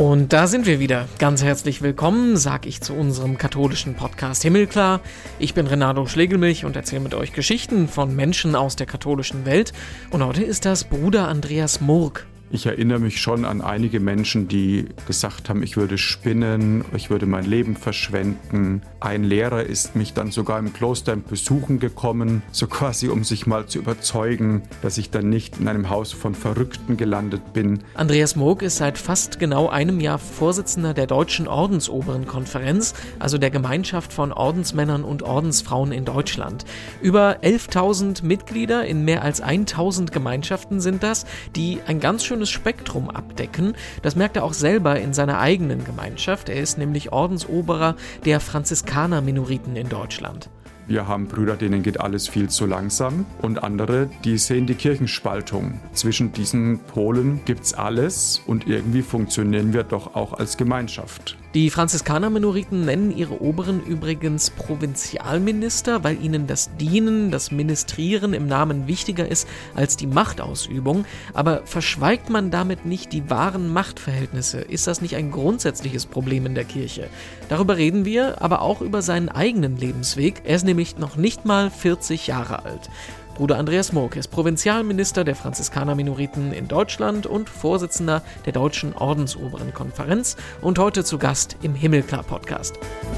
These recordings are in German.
Und da sind wir wieder. Ganz herzlich willkommen, sag ich zu unserem katholischen Podcast Himmelklar. Ich bin Renato Schlegelmilch und erzähle mit euch Geschichten von Menschen aus der katholischen Welt. Und heute ist das Bruder Andreas Murck. Ich erinnere mich schon an einige Menschen, die gesagt haben, ich würde spinnen, ich würde mein Leben verschwenden. Ein Lehrer ist mich dann sogar im Kloster besuchen gekommen, so quasi um sich mal zu überzeugen, dass ich dann nicht in einem Haus von Verrückten gelandet bin. Andreas Murck ist seit fast genau einem Jahr Vorsitzender der Deutschen Ordensoberen-Konferenz, also der Gemeinschaft von Ordensmännern und Ordensfrauen in Deutschland. Über 11.000 Mitglieder in mehr als 1.000 Gemeinschaften sind das, die ein ganz schönes Spektrum abdecken. Das merkt er auch selber in seiner eigenen Gemeinschaft. Er ist nämlich Ordensoberer der Franziskaner-Minoriten in Deutschland. Wir haben Brüder, denen geht alles viel zu langsam, und andere, die sehen die Kirchenspaltung. Zwischen diesen Polen gibt's alles und irgendwie funktionieren wir doch auch als Gemeinschaft. Die Franziskaner-Minoriten nennen ihre Oberen übrigens Provinzialminister, weil ihnen das Dienen, das Ministrieren im Namen wichtiger ist als die Machtausübung. Aber verschweigt man damit nicht die wahren Machtverhältnisse? Ist das nicht ein grundsätzliches Problem in der Kirche? Darüber reden wir, aber auch über seinen eigenen Lebensweg. Er ist nämlich noch nicht mal 40 Jahre alt. Bruder Andreas Murck ist Provinzialminister der Franziskaner-Minoriten in Deutschland und Vorsitzender der Deutschen Ordensoberen-Konferenz und heute zu Gast im Himmelklar-Podcast.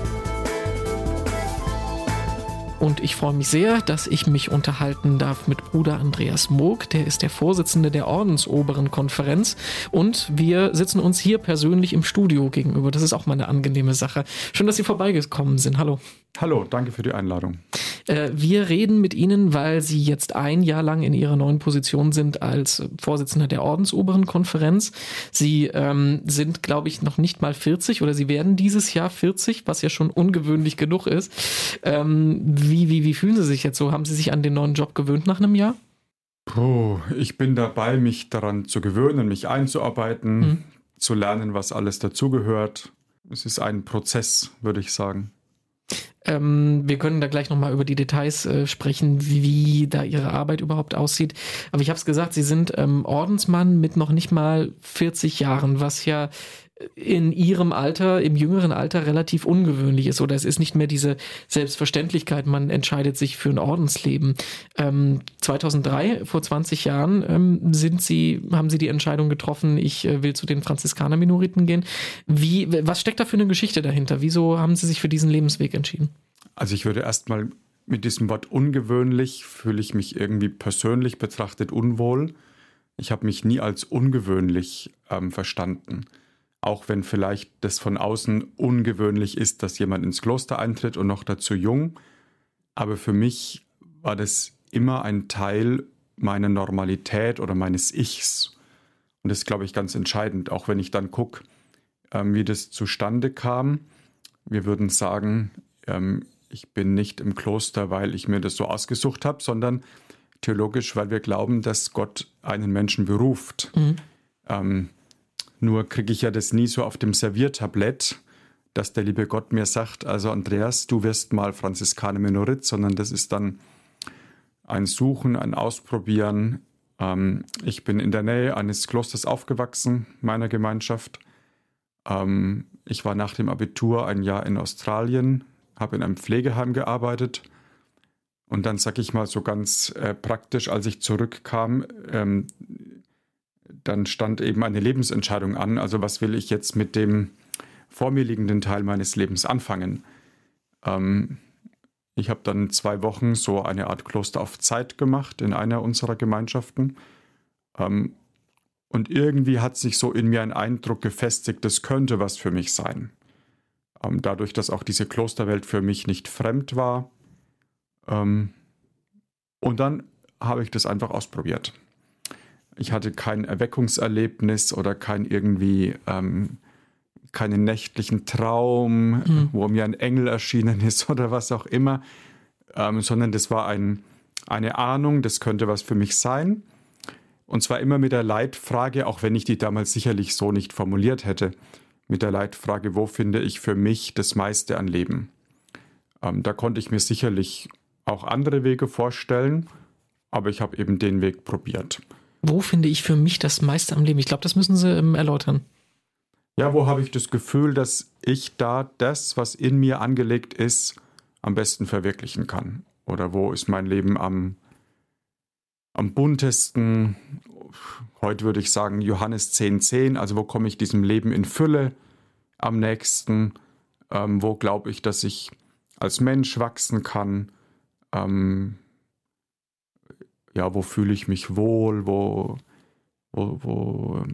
Und ich freue mich sehr, dass ich mich unterhalten darf mit Bruder Andreas Murck. Der ist der Vorsitzende der Ordensoberen-Konferenz und wir sitzen uns hier persönlich im Studio gegenüber. Das ist auch mal eine angenehme Sache. Schön, dass Sie vorbeigekommen sind. Hallo. Hallo, danke für die Einladung. Wir reden mit Ihnen, weil Sie jetzt ein Jahr lang in Ihrer neuen Position sind als Vorsitzender der Ordensoberen-Konferenz. Sie sind, glaube ich, noch nicht mal 40 oder Sie werden dieses Jahr 40, was ja schon ungewöhnlich genug ist. Wie fühlen Sie sich jetzt so? Haben Sie sich an den neuen Job gewöhnt nach einem Jahr? Ich bin dabei, mich daran zu gewöhnen, mich einzuarbeiten, zu lernen, was alles dazugehört. Es ist ein Prozess, würde ich sagen. Wir können da gleich nochmal über die Details sprechen, wie da Ihre Arbeit überhaupt aussieht. Aber ich habe es gesagt, Sie sind Ordensmann mit noch nicht mal 40 Jahren, was ja in Ihrem Alter, im jüngeren Alter relativ ungewöhnlich ist. Oder es ist nicht mehr diese Selbstverständlichkeit, man entscheidet sich für ein Ordensleben. 2003, vor 20 Jahren, haben Sie die Entscheidung getroffen, ich will zu den Franziskaner-Minoriten gehen. Was steckt da für eine Geschichte dahinter? Wieso haben Sie sich für diesen Lebensweg entschieden? Also ich würde erstmal mit diesem Wort ungewöhnlich, fühle ich mich irgendwie persönlich betrachtet unwohl. Ich habe mich nie als ungewöhnlich verstanden. Auch wenn vielleicht das von außen ungewöhnlich ist, dass jemand ins Kloster eintritt und noch dazu jung. Aber für mich war das immer ein Teil meiner Normalität oder meines Ichs. Und das ist, glaube ich, ganz entscheidend, auch wenn ich dann gucke, wie das zustande kam. Wir würden sagen, ich bin nicht im Kloster, weil ich mir das so ausgesucht habe, sondern theologisch, weil wir glauben, dass Gott einen Menschen beruft. Nur kriege ich ja das nie so auf dem Serviertablett, dass der liebe Gott mir sagt, also Andreas, du wirst mal Franziskaner-Minorit, sondern das ist dann ein Suchen, ein Ausprobieren. Ich bin in der Nähe eines Klosters aufgewachsen, meiner Gemeinschaft. Ich war nach dem Abitur ein Jahr in Australien, habe in einem Pflegeheim gearbeitet. Und dann, sag ich mal so ganz praktisch, als ich zurückkam, dann stand eben eine Lebensentscheidung an. Also was will ich jetzt mit dem vor mir liegenden Teil meines Lebens anfangen? Ich habe dann 2 Wochen so eine Art Kloster auf Zeit gemacht in einer unserer Gemeinschaften. Und irgendwie hat sich so in mir ein Eindruck gefestigt, das könnte was für mich sein. Dadurch, dass auch diese Klosterwelt für mich nicht fremd war. Und dann habe ich das einfach ausprobiert. Ich hatte kein Erweckungserlebnis oder keinen nächtlichen Traum, wo mir ein Engel erschienen ist oder was auch immer, sondern das war eine Ahnung, das könnte was für mich sein. Und zwar immer mit der Leitfrage, auch wenn ich die damals sicherlich so nicht formuliert hätte, mit der Leitfrage, wo finde ich für mich das meiste an Leben? Da konnte ich mir sicherlich auch andere Wege vorstellen, aber ich habe eben den Weg probiert. Wo finde ich für mich das meiste am Leben? Ich glaube, das müssen Sie erläutern. Ja, wo habe ich das Gefühl, dass ich da das, was in mir angelegt ist, am besten verwirklichen kann? Oder wo ist mein Leben am buntesten? Heute würde ich sagen Johannes 10,10, also wo komme ich diesem Leben in Fülle am nächsten? Wo glaube ich, dass ich als Mensch wachsen kann? Ja, wo fühle ich mich wohl? Wo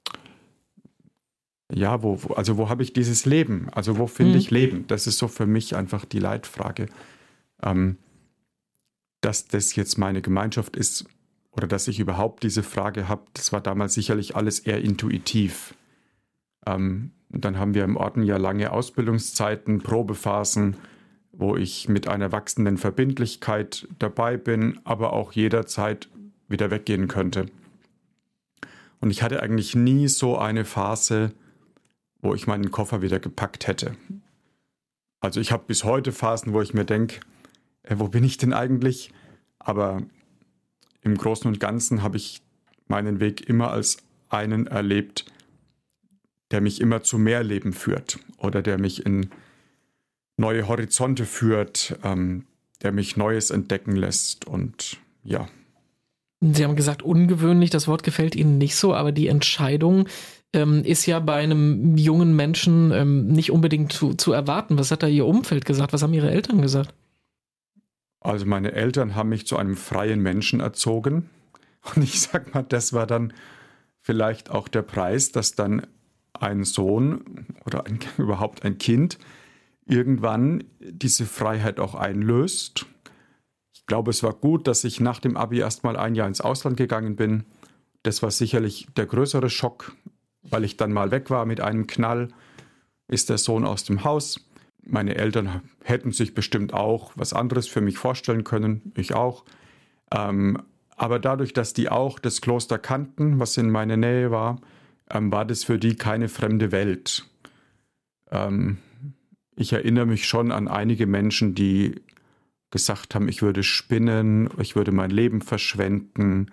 also wo habe ich dieses Leben? Also wo finde ich Leben? Das ist so für mich einfach die Leitfrage. Dass das jetzt meine Gemeinschaft ist oder dass ich überhaupt diese Frage habe, das war damals sicherlich alles eher intuitiv. Und dann haben wir im Orden ja lange Ausbildungszeiten, Probephasen, wo ich mit einer wachsenden Verbindlichkeit dabei bin, aber auch jederzeit wieder weggehen könnte. Und ich hatte eigentlich nie so eine Phase, wo ich meinen Koffer wieder gepackt hätte. Also ich habe bis heute Phasen, wo ich mir denke, wo bin ich denn eigentlich? Aber im Großen und Ganzen habe ich meinen Weg immer als einen erlebt, der mich immer zu mehr Leben führt oder der mich in neue Horizonte führt, der mich Neues entdecken lässt und ja. Sie haben gesagt, ungewöhnlich, das Wort gefällt Ihnen nicht so, aber die Entscheidung ist ja bei einem jungen Menschen nicht unbedingt zu erwarten. Was hat da Ihr Umfeld gesagt? Was haben Ihre Eltern gesagt? Also meine Eltern haben mich zu einem freien Menschen erzogen. Und ich sag mal, das war dann vielleicht auch der Preis, dass dann ein Sohn oder überhaupt ein Kind irgendwann diese Freiheit auch einlöst. Ich glaube, es war gut, dass ich nach dem Abi erst mal ein Jahr ins Ausland gegangen bin. Das war sicherlich der größere Schock, weil ich dann mal weg war mit einem Knall, ist der Sohn aus dem Haus. Meine Eltern hätten sich bestimmt auch was anderes für mich vorstellen können, ich auch. Aber dadurch, dass die auch das Kloster kannten, was in meiner Nähe war, war das für die keine fremde Welt. Ich erinnere mich schon an einige Menschen, die gesagt haben, ich würde spinnen, ich würde mein Leben verschwenden.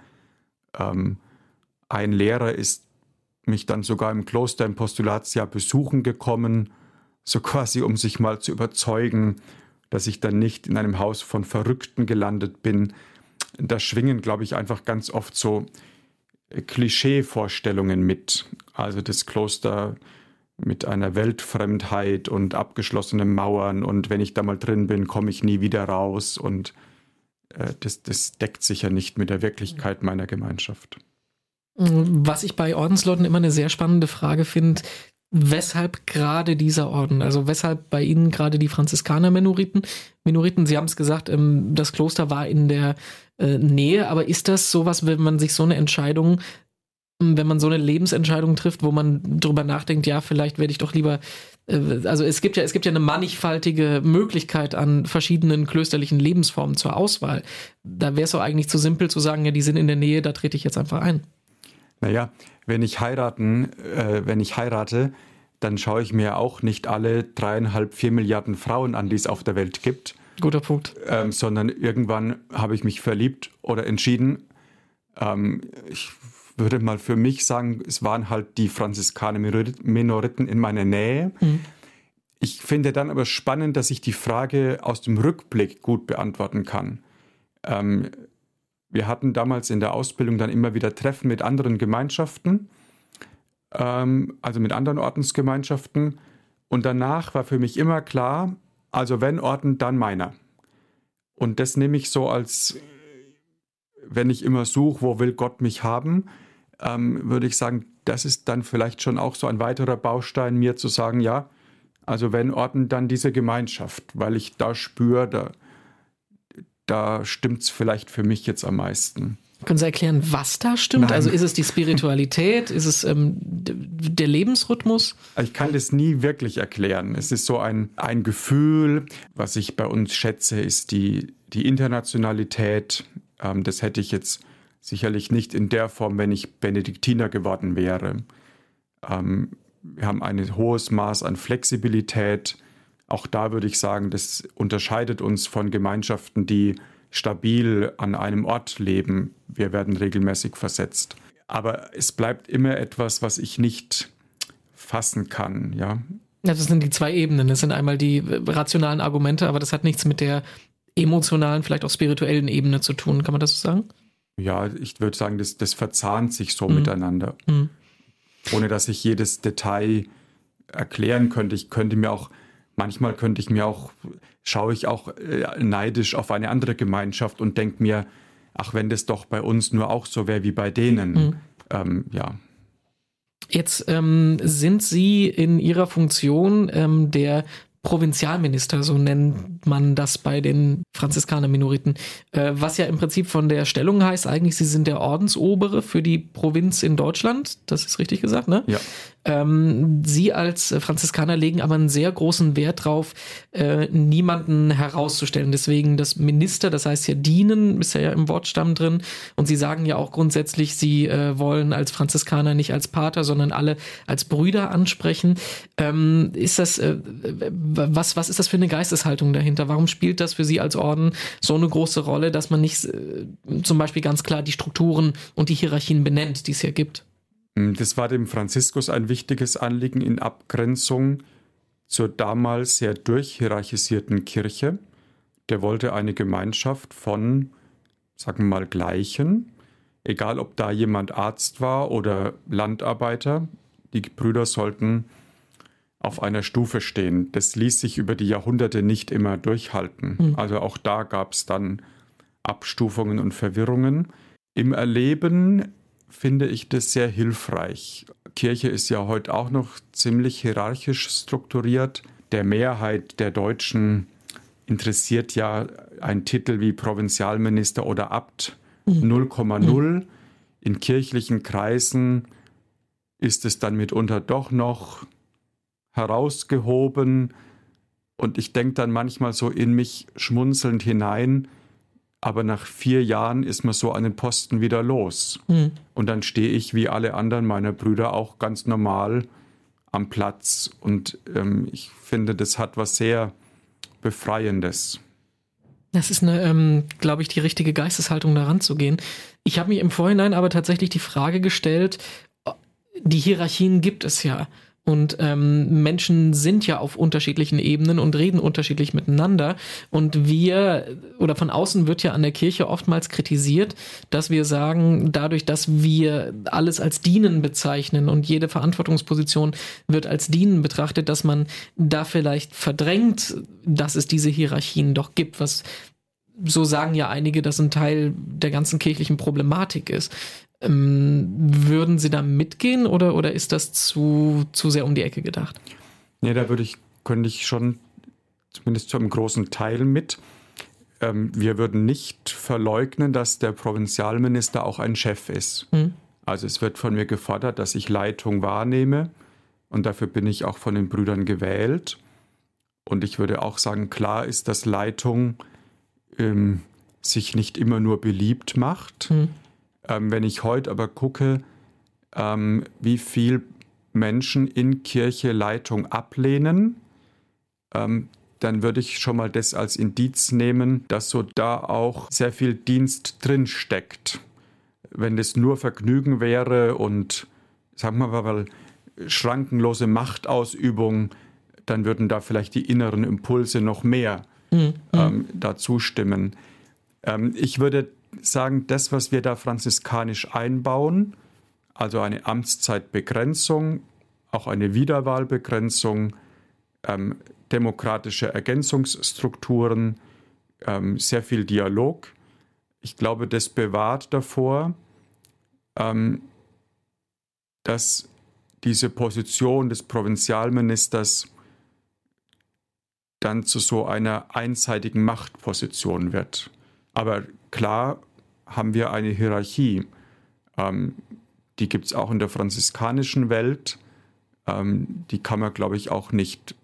Ein Lehrer ist mich dann sogar im Kloster im Postulatsjahr besuchen gekommen, so quasi um sich mal zu überzeugen, dass ich dann nicht in einem Haus von Verrückten gelandet bin. Da schwingen, glaube ich, einfach ganz oft so Klischee-Vorstellungen mit. Also das Kloster mit einer Weltfremdheit und abgeschlossenen Mauern und wenn ich da mal drin bin, komme ich nie wieder raus und das deckt sich ja nicht mit der Wirklichkeit meiner Gemeinschaft. Was ich bei Ordensleuten immer eine sehr spannende Frage finde, weshalb gerade dieser Orden? Also weshalb bei Ihnen gerade die Franziskaner-Minoriten? Sie haben es gesagt, das Kloster war in der Nähe, aber ist das sowas, wenn man sich so eine Entscheidung, wenn man so eine Lebensentscheidung trifft, wo man drüber nachdenkt, ja, vielleicht werde ich doch lieber, also es gibt ja eine mannigfaltige Möglichkeit an verschiedenen klösterlichen Lebensformen zur Auswahl. Da wäre es doch eigentlich zu simpel zu sagen, ja, die sind in der Nähe, da trete ich jetzt einfach ein. Naja, wenn ich heirate, dann schaue ich mir auch nicht alle 3,5, 4 Milliarden Frauen an, die es auf der Welt gibt. Guter Punkt. Sondern irgendwann habe ich mich verliebt oder entschieden. Ich würde mal für mich sagen, es waren halt die Franziskaner-Minoriten in meiner Nähe. Mhm. Ich finde dann aber spannend, dass ich die Frage aus dem Rückblick gut beantworten kann. Wir hatten damals in der Ausbildung dann immer wieder Treffen mit anderen Gemeinschaften, also mit anderen Ordensgemeinschaften. Und danach war für mich immer klar, also wenn Orden, dann meiner. Und das nehme ich so als, wenn ich immer suche, wo will Gott mich haben, würde ich sagen, das ist dann vielleicht schon auch so ein weiterer Baustein, mir zu sagen, ja, also wenn Orden, dann diese Gemeinschaft, weil ich da spüre, da stimmt es vielleicht für mich jetzt am meisten. Können Sie erklären, was da stimmt? Nein. Also ist es die Spiritualität? Ist es der Lebensrhythmus? Ich kann das nie wirklich erklären. Es ist so ein Gefühl, was ich bei uns schätze, ist die Internationalität. Das hätte ich jetzt sicherlich nicht in der Form, wenn ich Benediktiner geworden wäre. Wir haben ein hohes Maß an Flexibilität. Auch da würde ich sagen, das unterscheidet uns von Gemeinschaften, die stabil an einem Ort leben. Wir werden regelmäßig versetzt. Aber es bleibt immer etwas, was ich nicht fassen kann, ja. Ja, das sind die zwei Ebenen. Das sind einmal die rationalen Argumente, aber das hat nichts mit der emotionalen, vielleicht auch spirituellen Ebene zu tun. Kann man das so sagen? Ja, ich würde sagen, das verzahnt sich so miteinander. Ohne dass ich jedes Detail erklären könnte. Manchmal schaue ich auch neidisch auf eine andere Gemeinschaft und denke mir, ach, wenn das doch bei uns nur auch so wäre wie bei denen. Ja. Jetzt sind Sie in Ihrer Funktion der Provinzialminister, so nennt man das bei den Franziskaner-Minoriten, was ja im Prinzip von der Stellung heißt, eigentlich Sie sind der Ordensobere für die Provinz in Deutschland, das ist richtig gesagt, ne? Ja. Sie als Franziskaner legen aber einen sehr großen Wert drauf, niemanden herauszustellen. Deswegen das Minister, das heißt ja dienen, ist ja im Wortstamm drin. Und Sie sagen ja auch grundsätzlich, Sie wollen als Franziskaner nicht als Pater, sondern alle als Brüder ansprechen. Was ist das für eine Geisteshaltung dahinter? Warum spielt das für Sie als Orden so eine große Rolle, dass man nicht zum Beispiel ganz klar die Strukturen und die Hierarchien benennt, die es hier gibt? Das war dem Franziskus ein wichtiges Anliegen in Abgrenzung zur damals sehr durchhierarchisierten Kirche. Der wollte eine Gemeinschaft von, sagen wir mal, Gleichen, egal ob da jemand Arzt war oder Landarbeiter, die Brüder sollten auf einer Stufe stehen. Das ließ sich über die Jahrhunderte nicht immer durchhalten. Also auch da gab es dann Abstufungen und Verwirrungen. Im Erleben finde ich das sehr hilfreich. Kirche ist ja heute auch noch ziemlich hierarchisch strukturiert. Der Mehrheit der Deutschen interessiert ja ein Titel wie Provinzialminister oder Abt 0,0. In kirchlichen Kreisen ist es dann mitunter doch noch herausgehoben. Und ich denke dann manchmal so in mich schmunzelnd hinein, aber nach 4 Jahren ist man so einen Posten wieder los. Und dann stehe ich wie alle anderen meiner Brüder auch ganz normal am Platz. Und ich finde, das hat was sehr Befreiendes. Das ist glaube ich, die richtige Geisteshaltung, daran zu gehen. Ich habe mir im Vorhinein aber tatsächlich die Frage gestellt, die Hierarchien gibt es ja. Und Menschen sind ja auf unterschiedlichen Ebenen und reden unterschiedlich miteinander. Und von außen wird ja an der Kirche oftmals kritisiert, dass wir sagen, dadurch, dass wir alles als Dienen bezeichnen und jede Verantwortungsposition wird als Dienen betrachtet, dass man da vielleicht verdrängt, dass es diese Hierarchien doch gibt, was, so sagen ja einige, das ein Teil der ganzen kirchlichen Problematik ist. Würden Sie da mitgehen oder ist das zu sehr um die Ecke gedacht? Nee, könnte ich schon zumindest zu einem großen Teil mit. Wir würden nicht verleugnen, dass der Provinzialminister auch ein Chef ist. Also es wird von mir gefordert, dass ich Leitung wahrnehme und dafür bin ich auch von den Brüdern gewählt. Und ich würde auch sagen, klar ist, dass Leitung sich nicht immer nur beliebt macht. Wenn ich heute aber gucke, wie viel Menschen in Kirche Leitung ablehnen, dann würde ich schon mal das als Indiz nehmen, dass so da auch sehr viel Dienst drin steckt. Wenn das nur Vergnügen wäre und, sagen wir mal, schrankenlose Machtausübung, dann würden da vielleicht die inneren Impulse noch mehr dazu stimmen. Ich würde sagen, das, was wir da franziskanisch einbauen, also eine Amtszeitbegrenzung, auch eine Wiederwahlbegrenzung, demokratische Ergänzungsstrukturen, sehr viel Dialog. Ich glaube, das bewahrt davor, dass diese Position des Provinzialministers dann zu so einer einseitigen Machtposition wird. Aber klar haben wir eine Hierarchie. Die gibt es auch in der franziskanischen Welt. Die kann man, glaube ich, auch nicht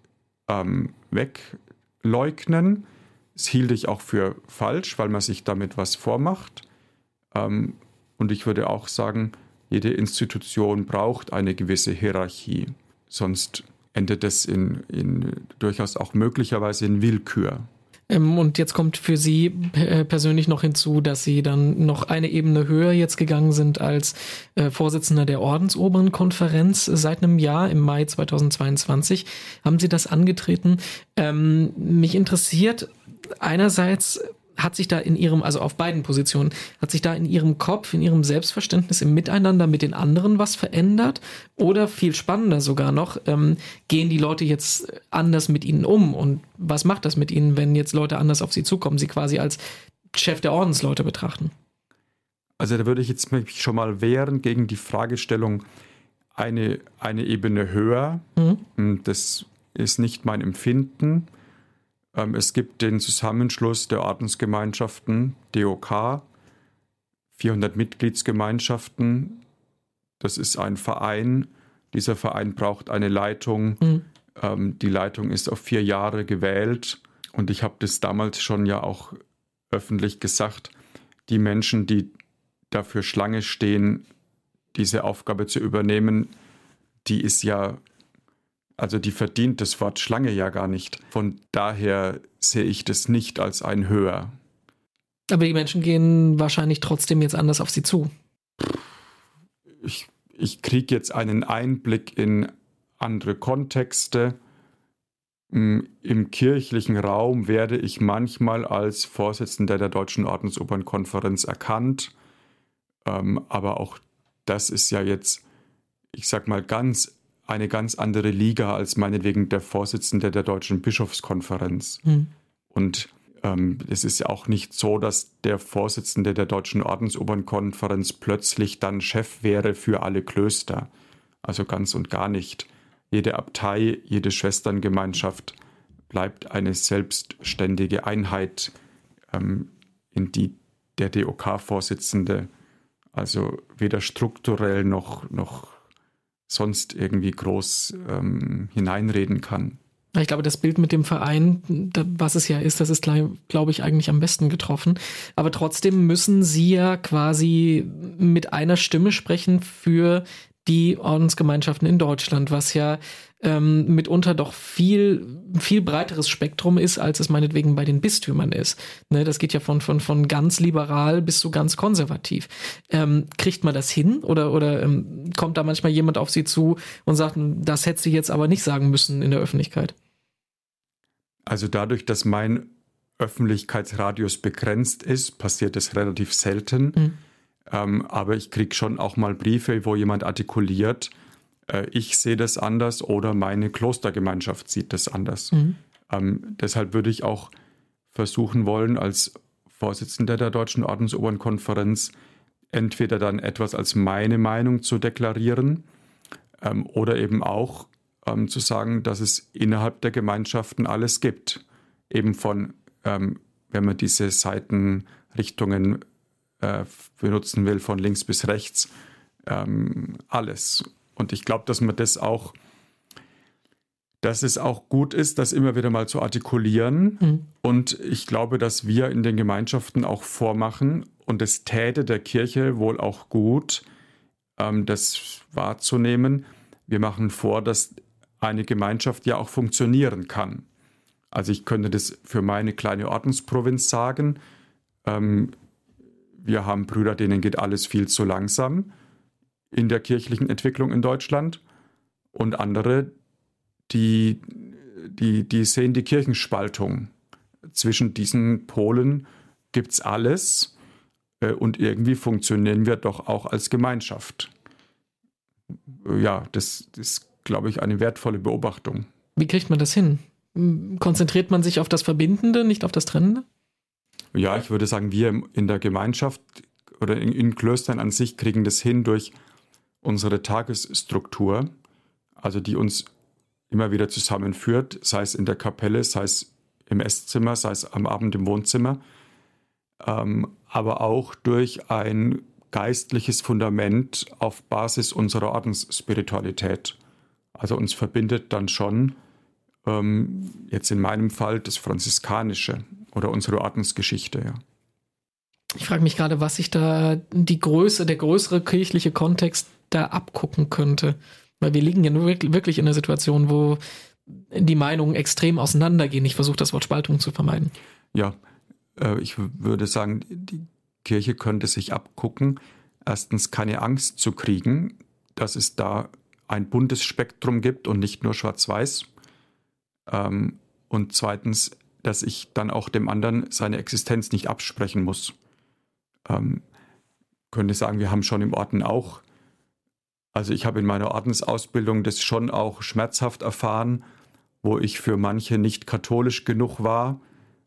wegleugnen. Das hielt ich auch für falsch, weil man sich damit was vormacht. Und ich würde auch sagen, jede Institution braucht eine gewisse Hierarchie. Sonst endet es in durchaus auch möglicherweise in Willkür. Und jetzt kommt für Sie persönlich noch hinzu, dass Sie dann noch eine Ebene höher jetzt gegangen sind als Vorsitzender der Ordensobernkonferenz seit einem Jahr, im Mai 2022. Haben Sie das angetreten? Mich interessiert einerseits, hat sich da in Ihrem, also auf beiden Positionen, hat sich da in Ihrem Kopf, in Ihrem Selbstverständnis, im Miteinander mit den anderen was verändert? Oder viel spannender sogar noch, gehen die Leute jetzt anders mit Ihnen um? Und was macht das mit Ihnen, wenn jetzt Leute anders auf Sie zukommen, Sie quasi als Chef der Ordensleute betrachten? Also da würde ich jetzt mich schon mal wehren gegen die Fragestellung eine Ebene höher. Das ist nicht mein Empfinden. Es gibt den Zusammenschluss der Ordensgemeinschaften, DOK, 400 Mitgliedsgemeinschaften. Das ist ein Verein. Dieser Verein braucht eine Leitung. Die Leitung ist auf 4 Jahre gewählt. Und ich habe das damals schon ja auch öffentlich gesagt, die Menschen, die dafür Schlange stehen, diese Aufgabe zu übernehmen, die ist ja... Also die verdient das Wort Schlange ja gar nicht. Von daher sehe ich das nicht als ein Höher. Aber die Menschen gehen wahrscheinlich trotzdem jetzt anders auf Sie zu. Ich kriege jetzt einen Einblick in andere Kontexte. Im kirchlichen Raum werde ich manchmal als Vorsitzender der Deutschen Ordensobernkonferenz erkannt. Aber auch das ist ja jetzt, ich sag mal, eine ganz andere Liga als meinetwegen der Vorsitzende der Deutschen Bischofskonferenz. Und es ist ja auch nicht so, dass der Vorsitzende der Deutschen Ordensobernkonferenz plötzlich dann Chef wäre für alle Klöster. Also ganz und gar nicht. Jede Abtei, jede Schwesterngemeinschaft bleibt eine selbstständige Einheit, in die der DOK-Vorsitzende also weder strukturell noch sonst irgendwie groß hineinreden kann. Ich glaube, das Bild mit dem Verein, was es ja ist, das ist, glaube ich, eigentlich am besten getroffen. Aber trotzdem müssen Sie ja quasi mit einer Stimme sprechen für die Ordensgemeinschaften in Deutschland, was ja mitunter doch viel breiteres Spektrum ist, als es meinetwegen bei den Bistümern ist. Ne, das geht ja von ganz liberal bis zu ganz konservativ. Kriegt man das hin oder kommt da manchmal jemand auf Sie zu und sagt, das hätte sie jetzt aber nicht sagen müssen in der Öffentlichkeit? Also dadurch, dass mein Öffentlichkeitsradius begrenzt ist, passiert es relativ selten. Aber ich kriege schon auch mal Briefe, wo jemand artikuliert, ich sehe das anders oder meine Klostergemeinschaft sieht das anders. Deshalb würde ich auch versuchen wollen, als Vorsitzender der Deutschen Ordensobernkonferenz entweder dann etwas als meine Meinung zu deklarieren oder eben auch zu sagen, dass es innerhalb der Gemeinschaften alles gibt. Eben von, wenn man diese Seitenrichtungen benutzen will, von links bis rechts, alles. Und ich glaube, dass es auch gut ist, das immer wieder mal zu artikulieren. Und ich glaube, dass wir in den Gemeinschaften auch vormachen, und es täte der Kirche wohl auch gut, das wahrzunehmen. Wir machen vor, dass eine Gemeinschaft ja auch funktionieren kann. Also ich könnte das für meine kleine Ordensprovinz sagen. Wir haben Brüder, denen geht alles viel zu langsam in der kirchlichen Entwicklung in Deutschland, und andere, die sehen die Kirchenspaltung. Zwischen diesen Polen gibt es alles, und irgendwie funktionieren wir doch auch als Gemeinschaft. Ja, das ist, glaube ich, eine wertvolle Beobachtung. Wie kriegt man das hin? Konzentriert man sich auf das Verbindende, nicht auf das Trennende? Ja, ich würde sagen, wir in der Gemeinschaft oder in Klöstern an sich kriegen das hin durch unsere Tagesstruktur, also die uns immer wieder zusammenführt, sei es in der Kapelle, sei es im Esszimmer, sei es am Abend im Wohnzimmer, aber auch durch ein geistliches Fundament auf Basis unserer Ordensspiritualität. Also uns verbindet dann schon, jetzt in meinem Fall, das Franziskanische oder unsere Ordensgeschichte, ja. Ich frage mich gerade, was sich da der größere kirchliche Kontext da abgucken könnte. Weil wir liegen ja nur wirklich in einer Situation, wo die Meinungen extrem auseinandergehen. Ich versuche das Wort Spaltung zu vermeiden. Ja, ich würde sagen, die Kirche könnte sich abgucken, erstens keine Angst zu kriegen, dass es da ein buntes Spektrum gibt und nicht nur schwarz-weiß. Und zweitens, dass ich dann auch dem anderen seine Existenz nicht absprechen muss. Könnte sagen, wir haben schon im Orden auch, also ich habe in meiner Ordensausbildung das schon auch schmerzhaft erfahren, wo ich für manche nicht katholisch genug war.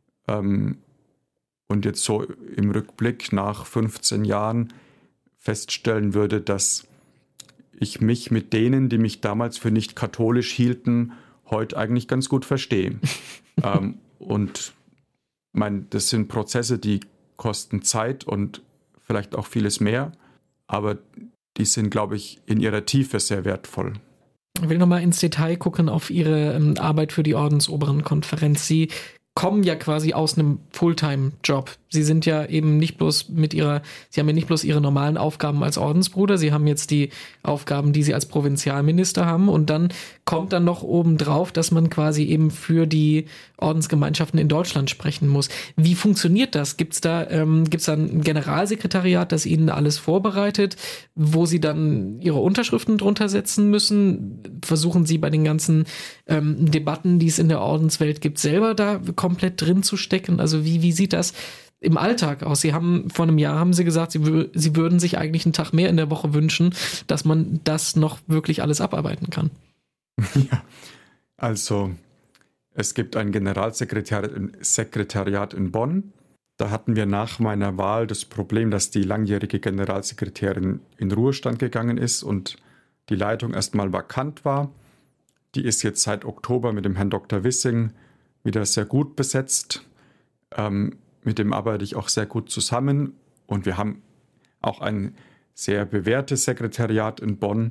Und jetzt so im Rückblick nach 15 Jahren feststellen würde, dass ich mich mit denen, die mich damals für nicht katholisch hielten, heute eigentlich ganz gut verstehe. Und das sind Prozesse, die kosten Zeit und vielleicht auch vieles mehr, aber die sind, glaube ich, in ihrer Tiefe sehr wertvoll. Ich will nochmal ins Detail gucken auf Ihre Arbeit für die Ordensoberen-Konferenz. Sie kommen ja quasi aus einem Fulltime-Job. Sie sind ja eben nicht bloß Sie haben ja nicht bloß Ihre normalen Aufgaben als Ordensbruder, Sie haben jetzt die Aufgaben, die Sie als Provinzialminister haben, und dann kommt dann noch obendrauf, dass man quasi eben für die Ordensgemeinschaften in Deutschland sprechen muss. Wie funktioniert das? Gibt's da ein Generalsekretariat, das Ihnen alles vorbereitet, wo Sie dann Ihre Unterschriften drunter setzen müssen? Versuchen Sie bei den ganzen Debatten, die es in der Ordenswelt gibt, selber da komplett drin zu stecken? Also wie sieht das im Alltag aus? Vor einem Jahr haben Sie gesagt, Sie würden sich eigentlich einen Tag mehr in der Woche wünschen, dass man das noch wirklich alles abarbeiten kann. Ja, also es gibt ein Generalsekretariat in Bonn. Da hatten wir nach meiner Wahl das Problem, dass die langjährige Generalsekretärin in Ruhestand gegangen ist und die Leitung erstmal vakant war. Die ist jetzt seit Oktober mit dem Herrn Dr. Wissing wieder sehr gut besetzt. Mit dem arbeite ich auch sehr gut zusammen. Und wir haben auch ein sehr bewährtes Sekretariat in Bonn.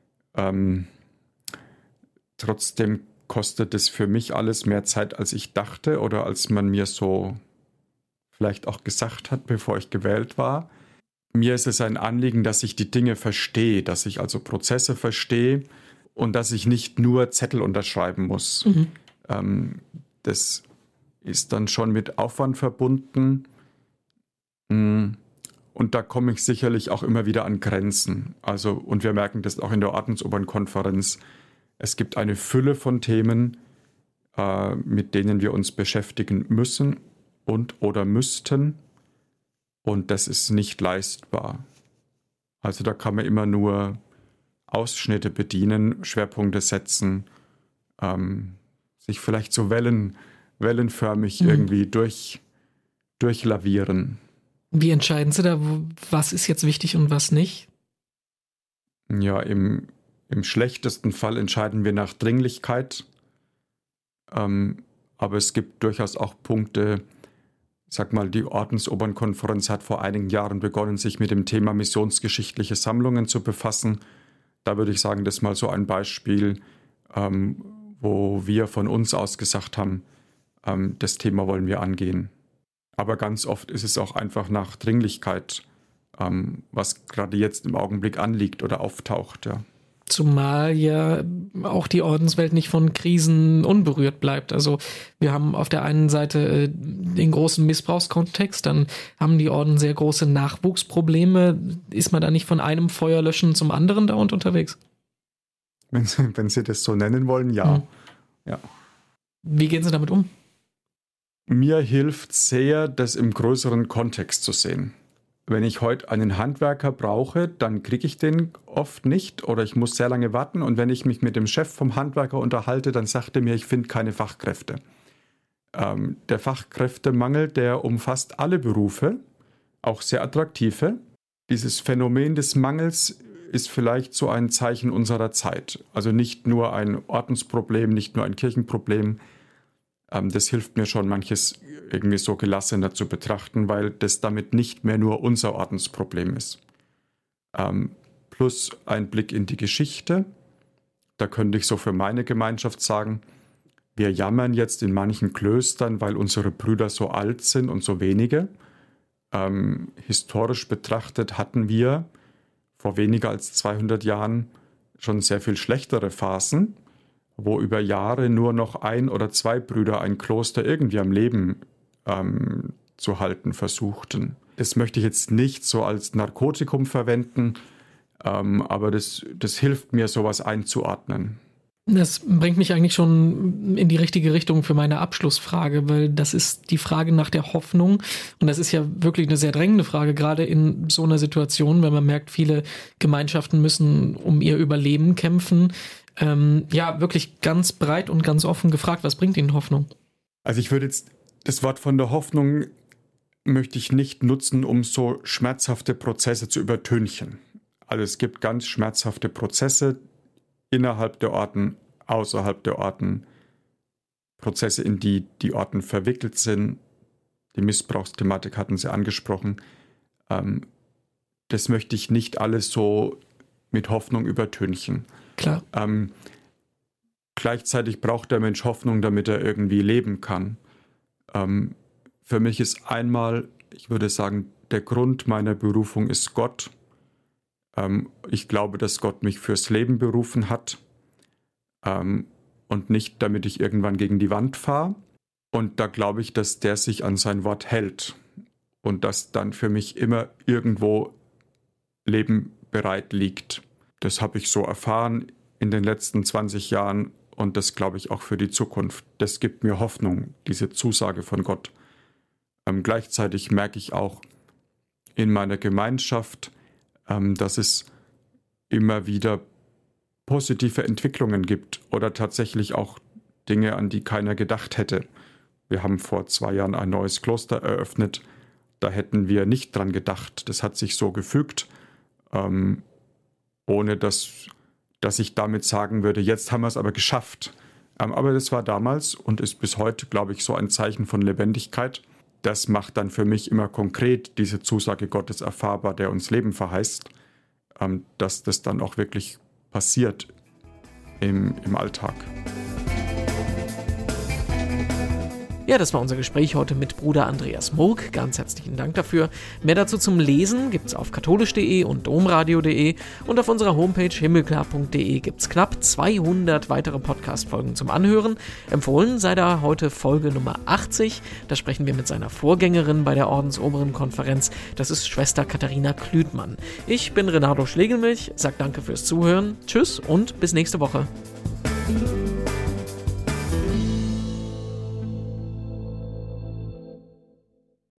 Trotzdem kostet es für mich alles mehr Zeit, als ich dachte oder als man mir so vielleicht auch gesagt hat, bevor ich gewählt war. Mir ist es ein Anliegen, dass ich die Dinge verstehe, dass ich also Prozesse verstehe und dass ich nicht nur Zettel unterschreiben muss. Das ist dann schon mit Aufwand verbunden. Und da komme ich sicherlich auch immer wieder an Grenzen. Also, und wir merken das auch in der Ordensobernkonferenz. Es gibt eine Fülle von Themen, mit denen wir uns beschäftigen müssen oder müssten. Und das ist nicht leistbar. Also da kann man immer nur Ausschnitte bedienen, Schwerpunkte setzen, sich vielleicht so wellenförmig irgendwie durchlavieren. Wie entscheiden Sie da, was ist jetzt wichtig und was nicht? Ja, im schlechtesten Fall entscheiden wir nach Dringlichkeit. Aber es gibt durchaus auch Punkte, ich sag mal, die Ordensobernkonferenz hat vor einigen Jahren begonnen, sich mit dem Thema missionsgeschichtliche Sammlungen zu befassen. Da würde ich sagen, das ist mal so ein Beispiel, wo wir von uns aus gesagt haben, das Thema wollen wir angehen. Aber ganz oft ist es auch einfach nach Dringlichkeit, was gerade jetzt im Augenblick anliegt oder auftaucht, ja. Zumal ja auch die Ordenswelt nicht von Krisen unberührt bleibt. Also wir haben auf der einen Seite den großen Missbrauchskontext, dann haben die Orden sehr große Nachwuchsprobleme. Ist man da nicht von einem Feuerlöschen zum anderen dauernd unterwegs? Wenn Sie das so nennen wollen, ja. Ja. Wie gehen Sie damit um? Mir hilft sehr, das im größeren Kontext zu sehen. Wenn ich heute einen Handwerker brauche, dann kriege ich den oft nicht oder ich muss sehr lange warten. Und wenn ich mich mit dem Chef vom Handwerker unterhalte, dann sagt er mir, ich finde keine Fachkräfte. Der Fachkräftemangel, der umfasst alle Berufe, auch sehr attraktive. Dieses Phänomen des Mangels ist vielleicht so ein Zeichen unserer Zeit. Also nicht nur ein Ordensproblem, nicht nur ein Kirchenproblem. Das hilft mir schon, manches irgendwie so gelassener zu betrachten, weil das damit nicht mehr nur unser Ordensproblem ist. Plus ein Blick in die Geschichte. Da könnte ich so für meine Gemeinschaft sagen, wir jammern jetzt in manchen Klöstern, weil unsere Brüder so alt sind und so wenige. Historisch betrachtet hatten wir vor weniger als 200 Jahren schon sehr viel schlechtere Phasen, wo über Jahre nur noch 1 oder 2 Brüder ein Kloster irgendwie am Leben zu halten versuchten. Das möchte ich jetzt nicht so als Narkotikum verwenden, aber das hilft mir, sowas einzuordnen. Das bringt mich eigentlich schon in die richtige Richtung für meine Abschlussfrage, weil das ist die Frage nach der Hoffnung. Und das ist ja wirklich eine sehr drängende Frage, gerade in so einer Situation, wenn man merkt, viele Gemeinschaften müssen um ihr Überleben kämpfen. Wirklich ganz breit und ganz offen gefragt, was bringt Ihnen Hoffnung? Also ich würde jetzt das Wort von der Hoffnung möchte ich nicht nutzen, um so schmerzhafte Prozesse zu übertünchen. Also es gibt ganz schmerzhafte Prozesse innerhalb der Orten, außerhalb der Orten, Prozesse, in die die Orten verwickelt sind. Die Missbrauchsthematik hatten Sie angesprochen. Das möchte ich nicht alles so mit Hoffnung übertünchen. Klar. Gleichzeitig braucht der Mensch Hoffnung, damit er irgendwie leben kann. Für mich ist einmal, ich würde sagen, der Grund meiner Berufung ist Gott. Ich glaube, dass Gott mich fürs Leben berufen hat und nicht, damit ich irgendwann gegen die Wand fahre. Und da glaube ich, dass der sich an sein Wort hält und dass dann für mich immer irgendwo Leben bereit liegt. Das habe ich so erfahren in den letzten 20 Jahren und das glaube ich auch für die Zukunft. Das gibt mir Hoffnung, diese Zusage von Gott. Gleichzeitig merke ich auch in meiner Gemeinschaft, dass es immer wieder positive Entwicklungen gibt oder tatsächlich auch Dinge, an die keiner gedacht hätte. Wir haben vor 2 Jahren ein neues Kloster eröffnet. Da hätten wir nicht dran gedacht. Das hat sich so gefügt, ohne dass ich damit sagen würde, jetzt haben wir es aber geschafft. Aber das war damals und ist bis heute, glaube ich, so ein Zeichen von Lebendigkeit. Das macht dann für mich immer konkret diese Zusage Gottes erfahrbar, der uns Leben verheißt, dass das dann auch wirklich passiert im Alltag. Ja, das war unser Gespräch heute mit Bruder Andreas Murck. Ganz herzlichen Dank dafür. Mehr dazu zum Lesen gibt's auf katholisch.de und domradio.de und auf unserer Homepage himmelklar.de gibt's knapp 200 weitere Podcast-Folgen zum Anhören. Empfohlen sei da heute Folge Nummer 80. Da sprechen wir mit seiner Vorgängerin bei der Ordensoberen-Konferenz. Das ist Schwester Katharina Klütmann. Ich bin Renato Schlegelmilch, sag danke fürs Zuhören. Tschüss und bis nächste Woche.